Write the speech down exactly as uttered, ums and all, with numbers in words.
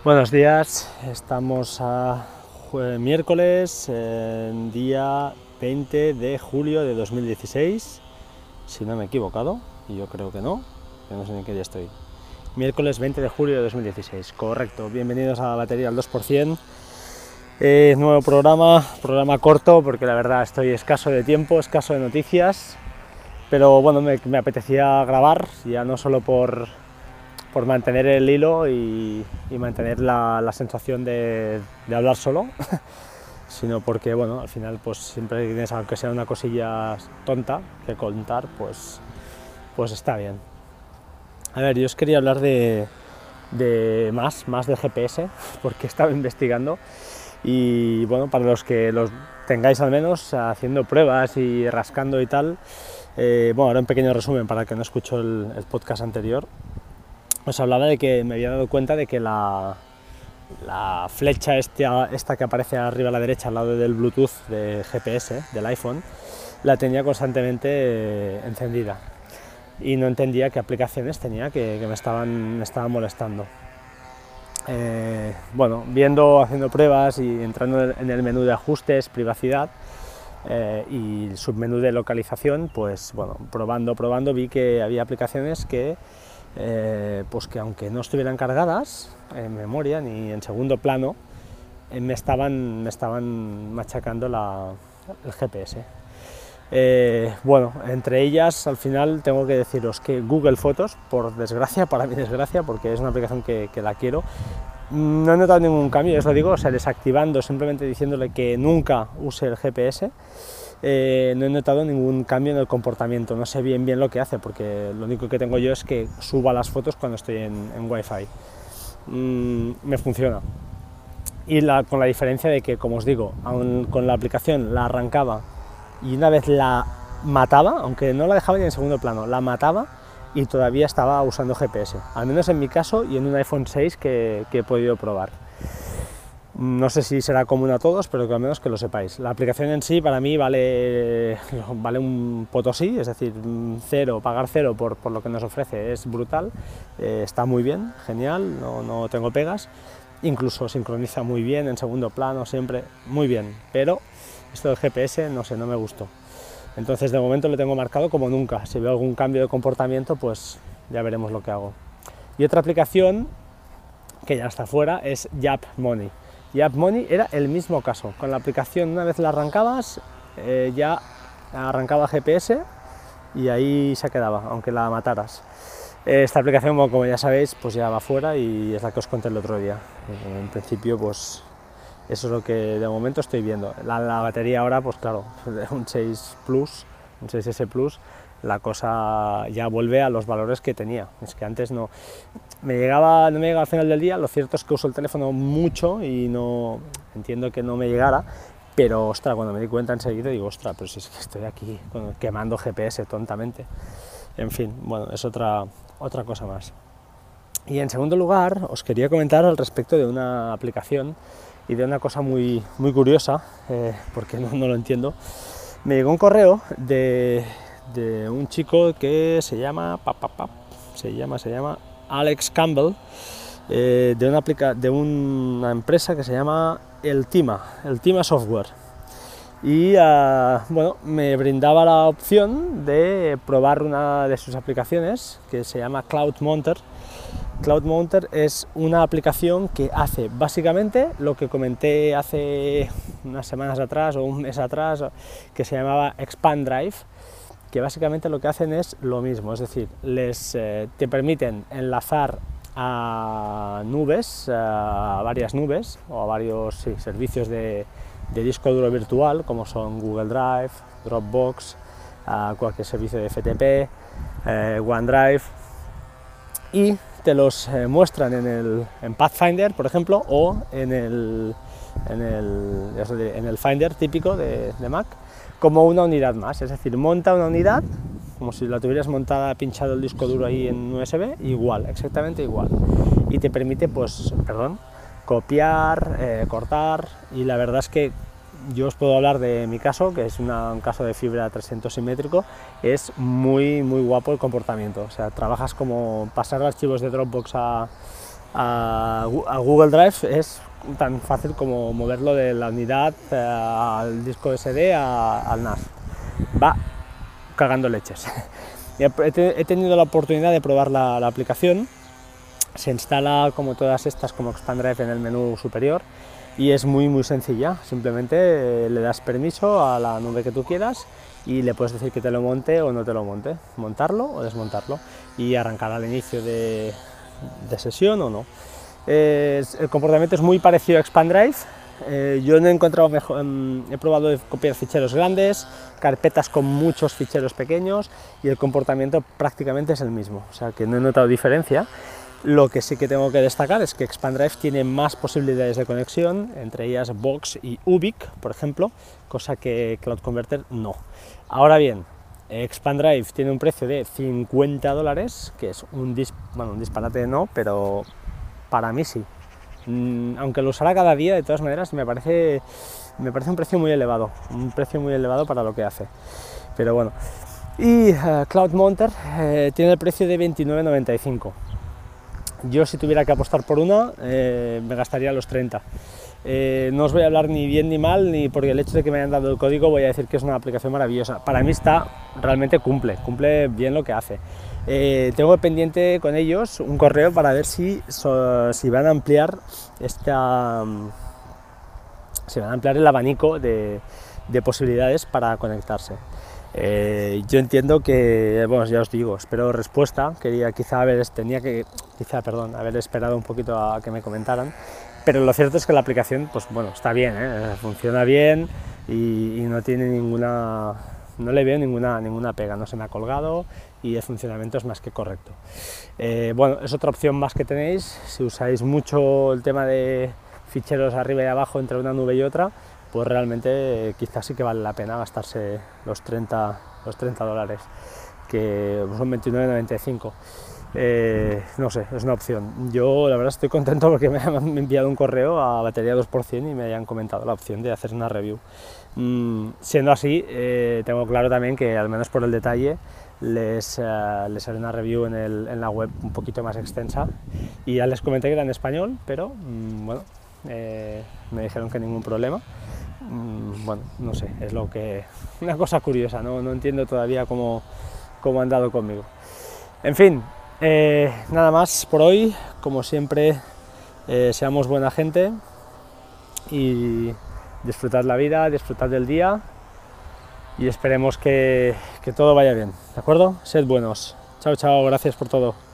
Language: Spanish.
Buenos días, estamos a miércoles, eh, día veinte de julio de dos mil dieciséis, si no me he equivocado, y yo creo que no, que no sé ni qué día estoy. Miércoles veinte de julio de dos mil dieciséis, correcto. Bienvenidos a la batería al dos por ciento. Eh, nuevo programa, programa corto, porque la verdad estoy escaso de tiempo, escaso de noticias, pero bueno, me, me apetecía grabar, ya no solo por... por mantener el hilo y, y mantener la, la sensación de, de hablar solo, sino porque, bueno, al final, pues siempre tienes, aunque sea una cosilla tonta que contar, pues, pues está bien. A ver, yo os quería hablar de, de más, más del G P S, porque he estado investigando y, bueno, para los que los tengáis al menos haciendo pruebas y rascando y tal, eh, bueno, ahora un pequeño resumen para el que no escuchó el, el podcast anterior. Os hablaba de que me había dado cuenta de que la, la flecha esta, esta que aparece arriba a la derecha al lado del Bluetooth de G P S del iPhone la tenía constantemente eh, encendida y no entendía qué aplicaciones tenía que, que me, estaban, me estaban molestando. Eh, bueno, viendo, haciendo pruebas y entrando en el menú de ajustes, privacidad eh, y el submenú de localización, pues bueno, probando, probando vi que había aplicaciones que Eh, pues que aunque no estuvieran cargadas en memoria ni en segundo plano, eh, me, estaban, me estaban machacando la, el G P S. Eh, bueno, entre ellas al final tengo que deciros que Google Fotos, por desgracia, para mi desgracia, porque es una aplicación que, que la quiero, no he notado ningún cambio, os lo digo, o sea, desactivando, simplemente diciéndole que nunca use el G P S. Eh, no he notado ningún cambio en el comportamiento, no sé bien bien lo que hace, porque lo único que tengo yo es que suba las fotos cuando estoy en, en Wi-Fi. Mm, me funciona. Y la, con la diferencia de que, como os digo, aun con la aplicación la arrancaba y una vez la mataba, aunque no la dejaba ni en segundo plano, la mataba y todavía estaba usando G P S, al menos en mi caso y en un iPhone seis que, que he podido probar. No sé si será común a todos, pero que al menos que lo sepáis. La aplicación en sí para mí vale, vale un potosí, es decir, cero, pagar cero por, por lo que nos ofrece es brutal, eh, está muy bien, genial, no, no tengo pegas, incluso sincroniza muy bien en segundo plano, siempre muy bien, pero esto del G P S no sé, no me gustó. Entonces de momento lo tengo marcado como nunca, si veo algún cambio de comportamiento pues ya veremos lo que hago. Y otra aplicación que ya está fuera es Yap Money. Yap Money era el mismo caso, con la aplicación una vez la arrancabas eh, ya arrancaba G P S y ahí se quedaba, aunque la mataras. Esta aplicación, como ya sabéis, pues ya va fuera y es la que os conté el otro día. En principio, pues eso es lo que de momento estoy viendo. La, la batería ahora, pues claro, un seis Plus, un seis S Plus, la cosa ya vuelve a los valores que tenía. Es que antes no me llegaba, no me llegaba al final del día. Lo cierto es que uso el teléfono mucho y no entiendo que no me llegara, pero ostras, cuando me di cuenta enseguida digo, ostras, pero si es que estoy aquí quemando G P S tontamente. En fin, bueno, es otra, otra cosa más. Y en segundo lugar, os quería comentar al respecto de una aplicación y de una cosa muy, muy curiosa, eh, porque no, no lo entiendo. Me llegó un correo de, de un chico que se llama, pa, pa, pa, se llama, se llama Alex Campbell, eh, de, una aplica de una empresa que se llama Eltima, Eltima Software. Y uh, bueno, me brindaba la opción de probar una de sus aplicaciones que se llama Cloud Monter. Cloud Monter es una aplicación que hace básicamente lo que comenté hace unas semanas atrás o un mes atrás, que se llamaba Expand Drive, que básicamente lo que hacen es lo mismo, es decir, les, eh, te permiten enlazar a nubes, a varias nubes o a varios sí, servicios de, de disco duro virtual, como son Google Drive, Dropbox, uh, cualquier servicio de F T P, eh, OneDrive, y te los eh, muestran en, el, en Pathfinder, por ejemplo, o en el, en el, ya os diré, en el Finder típico de, de Mac, como una unidad más, es decir, monta una unidad, como si la tuvieras montada, pinchado el disco duro ahí en U S B, igual, exactamente igual, y te permite, pues, perdón, copiar, eh, cortar, y la verdad es que yo os puedo hablar de mi caso, que es una, un caso de fibra trescientos simétrico, es muy muy guapo el comportamiento, o sea, trabajas como pasar archivos de Dropbox a, a, a Google Drive es tan fácil como moverlo de la unidad eh, al disco ese de a, al N A S. Va cagando leches. He, he tenido la oportunidad de probar la, la aplicación. Se instala como todas estas como ExpanDrive en el menú superior y es muy muy sencilla. Simplemente eh, le das permiso a la nube que tú quieras y le puedes decir que te lo monte o no te lo monte, montarlo o desmontarlo y arrancar al inicio de, de sesión o no. Eh, el comportamiento es muy parecido a ExpanDrive. Eh, yo no he encontrado mejor, um, he probado de copiar ficheros grandes, carpetas con muchos ficheros pequeños y el comportamiento prácticamente es el mismo, o sea que no he notado diferencia. Lo que sí que tengo que destacar es que ExpanDrive tiene más posibilidades de conexión, entre ellas Box y Ubiq, por ejemplo, cosa que Cloud Converter no. Ahora bien, ExpanDrive tiene un precio de cincuenta dólares, que es un, dis bueno, un disparate no, pero para mí sí. Mm, aunque lo usará cada día, de todas maneras, me parece, me parece un precio muy elevado, un precio muy elevado para lo que hace. Pero bueno, y uh, Cloud Monter eh, tiene el precio de veintinueve noventa y cinco. Yo si tuviera que apostar por una, eh, me gastaría los treinta. Eh, no os voy a hablar ni bien ni mal, ni porque el hecho de que me hayan dado el código voy a decir que es una aplicación maravillosa. Para mí está, realmente cumple, cumple bien lo que hace. Eh, tengo pendiente con ellos un correo para ver si, so, si van a ampliar esta, si van a ampliar el abanico de, de posibilidades para conectarse. Eh, yo entiendo que, bueno, ya os digo, espero respuesta, quería quizá haber, tenía que, quizá, perdón, haber esperado un poquito a que me comentaran, pero lo cierto es que la aplicación, pues bueno, está bien, ¿eh? Funciona bien y, y no tiene ninguna, no le veo ninguna, ninguna pega, no se me ha colgado y el funcionamiento es más que correcto. Eh, bueno, es otra opción más que tenéis, si usáis mucho el tema de ficheros arriba y abajo entre una nube y otra, pues realmente eh, quizás sí que vale la pena gastarse los treinta dólares, que son veintinueve noventa y cinco. Eh, no sé, es una opción. Yo la verdad estoy contento porque me han enviado un correo a Batería dos por cien y me hayan comentado la opción de hacer una review. Mm, siendo así, eh, tengo claro también que al menos por el detalle les, uh, les haré una review en, el, en la web un poquito más extensa y ya les comenté que era en español, pero mm, bueno, eh, me dijeron que ningún problema. Bueno, no sé, es lo que una cosa curiosa, no, no entiendo todavía cómo, cómo han dado conmigo. En fin, eh, nada más por hoy, como siempre, eh, seamos buena gente y disfrutad la vida, disfrutad del día y esperemos que, que todo vaya bien, ¿de acuerdo? Sed buenos. Chao, chao, gracias por todo.